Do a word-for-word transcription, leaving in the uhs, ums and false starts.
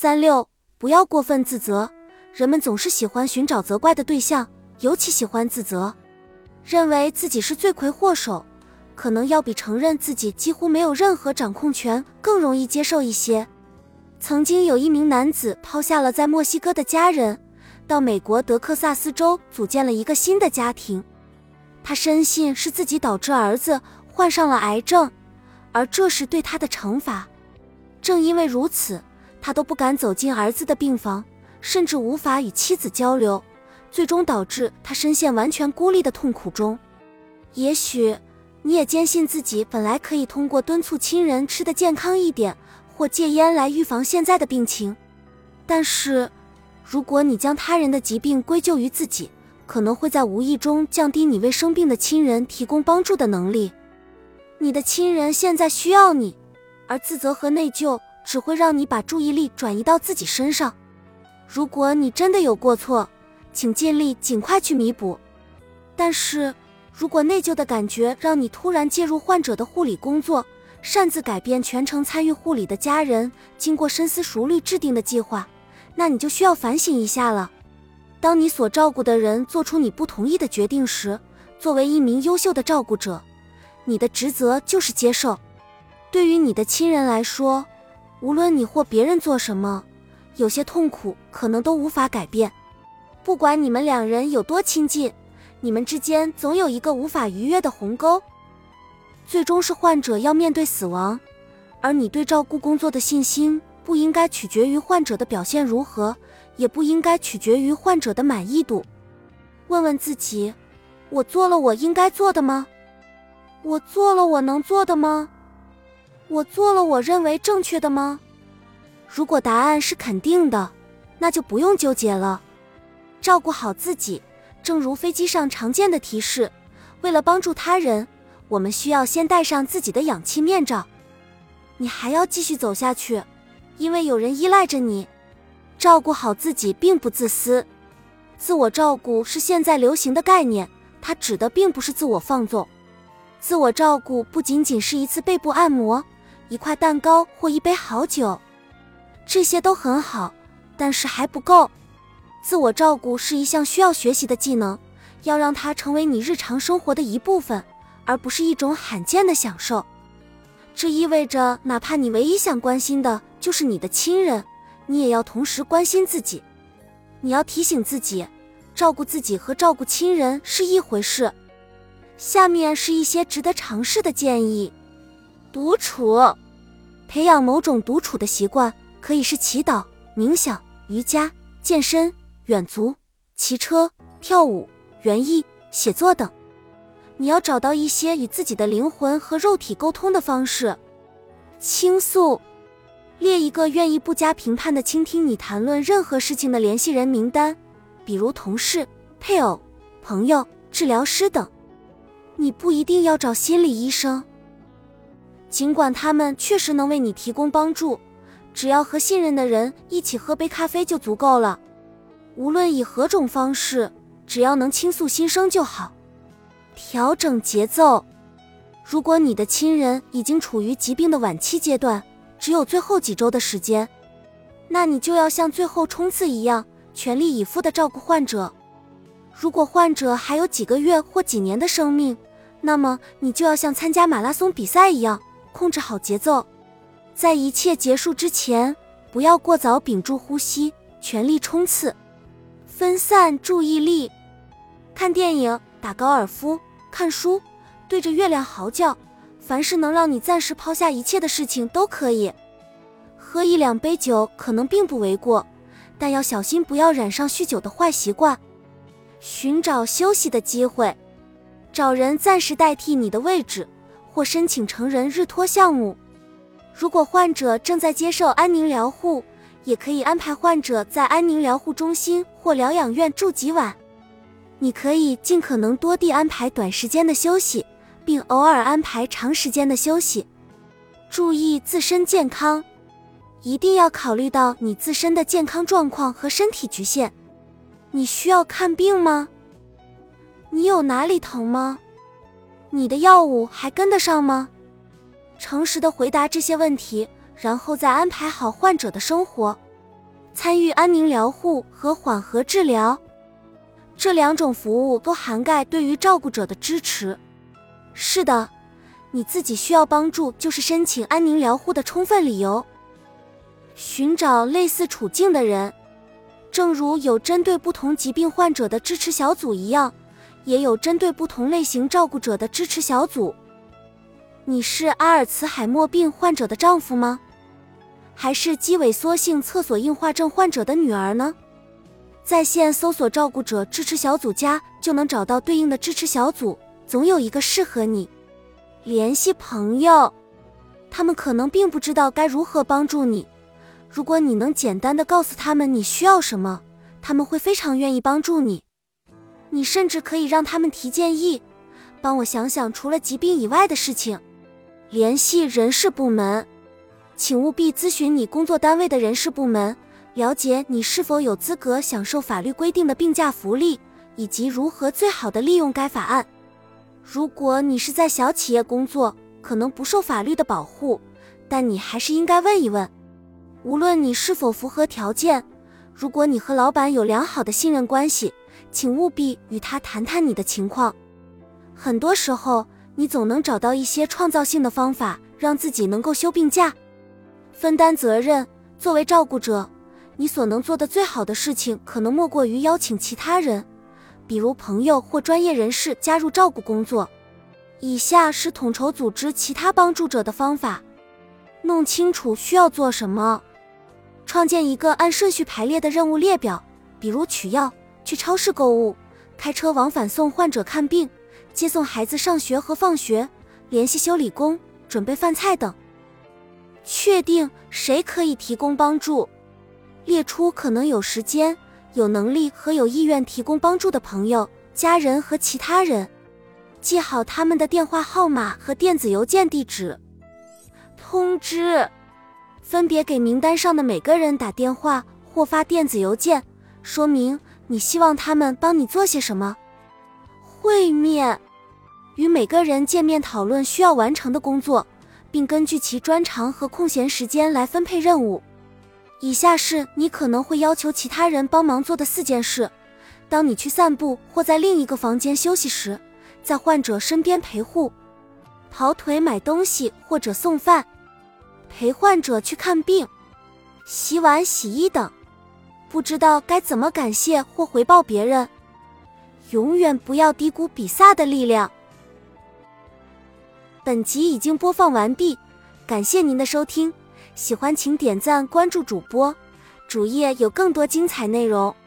三六，不要过分自责。人们总是喜欢寻找责怪的对象，尤其喜欢自责，认为自己是罪魁祸首，可能要比承认自己几乎没有任何掌控权更容易接受一些。曾经有一名男子抛下了在墨西哥的家人，到美国德克萨斯州组建了一个新的家庭。他深信是自己导致儿子患上了癌症，而这是对他的惩罚。正因为如此，他都不敢走进儿子的病房，甚至无法与妻子交流，最终导致他深陷完全孤立的痛苦中。也许你也坚信自己本来可以通过敦促亲人吃得健康一点，或戒烟来预防现在的病情，但是如果你将他人的疾病归咎于自己，可能会在无意中降低你为生病的亲人提供帮助的能力。你的亲人现在需要你，而自责和内疚只会让你把注意力转移到自己身上。如果你真的有过错，请尽力尽快去弥补。但是如果内疚的感觉让你突然介入患者的护理工作，擅自改变全程参与护理的家人经过深思熟虑制定的计划，那你就需要反省一下了。当你所照顾的人做出你不同意的决定时，作为一名优秀的照顾者，你的职责就是接受。对于你的亲人来说，无论你或别人做什么，有些痛苦可能都无法改变。不管你们两人有多亲近，你们之间总有一个无法逾越的鸿沟。最终是患者要面对死亡，而你对照顾工作的信心不应该取决于患者的表现如何，也不应该取决于患者的满意度。问问自己，我做了我应该做的吗？我做了我能做的吗？我做了我认为正确的吗？如果答案是肯定的，那就不用纠结了。照顾好自己，正如飞机上常见的提示，为了帮助他人，我们需要先戴上自己的氧气面罩。你还要继续走下去，因为有人依赖着你。照顾好自己并不自私，自我照顾是现在流行的概念，它指的并不是自我放纵。自我照顾不仅仅是一次背部按摩，一块蛋糕或一杯好酒，这些都很好，但是还不够。自我照顾是一项需要学习的技能，要让它成为你日常生活的一部分，而不是一种罕见的享受。这意味着哪怕你唯一想关心的就是你的亲人，你也要同时关心自己。你要提醒自己，照顾自己和照顾亲人是一回事。下面是一些值得尝试的建议。独处，培养某种独处的习惯，可以是祈祷、冥想、瑜伽、健身、远足、骑车、跳舞、园艺、写作等。你要找到一些与自己的灵魂和肉体沟通的方式。倾诉，列一个愿意不加评判地倾听你谈论任何事情的联系人名单，比如同事、配偶、朋友、治疗师等。你不一定要找心理医生，尽管他们确实能为你提供帮助，只要和信任的人一起喝杯咖啡就足够了。无论以何种方式，只要能倾诉心声就好。调整节奏，如果你的亲人已经处于疾病的晚期阶段，只有最后几周的时间，那你就要像最后冲刺一样，全力以赴地照顾患者。如果患者还有几个月或几年的生命，那么你就要像参加马拉松比赛一样，控制好节奏。在一切结束之前，不要过早屏住呼吸，全力冲刺。分散注意力，看电影、打高尔夫、看书、对着月亮嚎叫，凡是能让你暂时抛下一切的事情都可以。喝一两杯酒可能并不为过，但要小心不要染上酗酒的坏习惯。寻找休息的机会，找人暂时代替你的位置，或申请成人日托项目。如果患者正在接受安宁疗护，也可以安排患者在安宁疗护中心或疗养院住几晚。你可以尽可能多地安排短时间的休息，并偶尔安排长时间的休息。注意自身健康，一定要考虑到你自身的健康状况和身体局限。你需要看病吗？你有哪里疼吗？你的药物还跟得上吗？诚实地回答这些问题，然后再安排好患者的生活。 参与安宁疗护和缓和治疗。这两种服务都涵盖对于照顾者的支持。是的，你自己需要帮助就是申请安宁疗护的充分理由。寻找类似处境的人，正如有针对不同疾病患者的支持小组一样，也有针对不同类型照顾者的支持小组。你是阿尔茨海默病患者的丈夫吗？还是肌萎缩性厕所硬化症患者的女儿呢？在线搜索照顾者支持小组家就能找到对应的支持小组，总有一个适合你。联系朋友，他们可能并不知道该如何帮助你。如果你能简单地告诉他们你需要什么，他们会非常愿意帮助你。你甚至可以让他们提建议，帮我想想除了疾病以外的事情。联系人事部门，请务必咨询你工作单位的人事部门，了解你是否有资格享受法律规定的病假福利，以及如何最好地利用该法案。如果你是在小企业工作，可能不受法律的保护，但你还是应该问一问。无论你是否符合条件，如果你和老板有良好的信任关系，请务必与他谈谈你的情况。很多时候，你总能找到一些创造性的方法，让自己能够休病假。分担责任，作为照顾者，你所能做的最好的事情可能莫过于邀请其他人，比如朋友或专业人士加入照顾工作。以下是统筹组织其他帮助者的方法。弄清楚需要做什么。创建一个按顺序排列的任务列表，比如取药、去超市购物、开车往返送患者看病、接送孩子上学和放学、联系修理工、准备饭菜等。确定谁可以提供帮助，列出可能有时间、有能力和有意愿提供帮助的朋友、家人和其他人，记好他们的电话号码和电子邮件地址。通知，分别给名单上的每个人打电话或发电子邮件，说明你希望他们帮你做些什么。会面，与每个人见面讨论需要完成的工作，并根据其专长和空闲时间来分配任务。以下是你可能会要求其他人帮忙做的四件事。当你去散步或在另一个房间休息时，在患者身边陪护，跑腿买东西或者送饭，陪患者去看病，洗碗洗衣等。不知道该怎么感谢或回报别人，永远不要低估比萨的力量。本集已经播放完毕，感谢您的收听，喜欢请点赞关注主播，主页有更多精彩内容。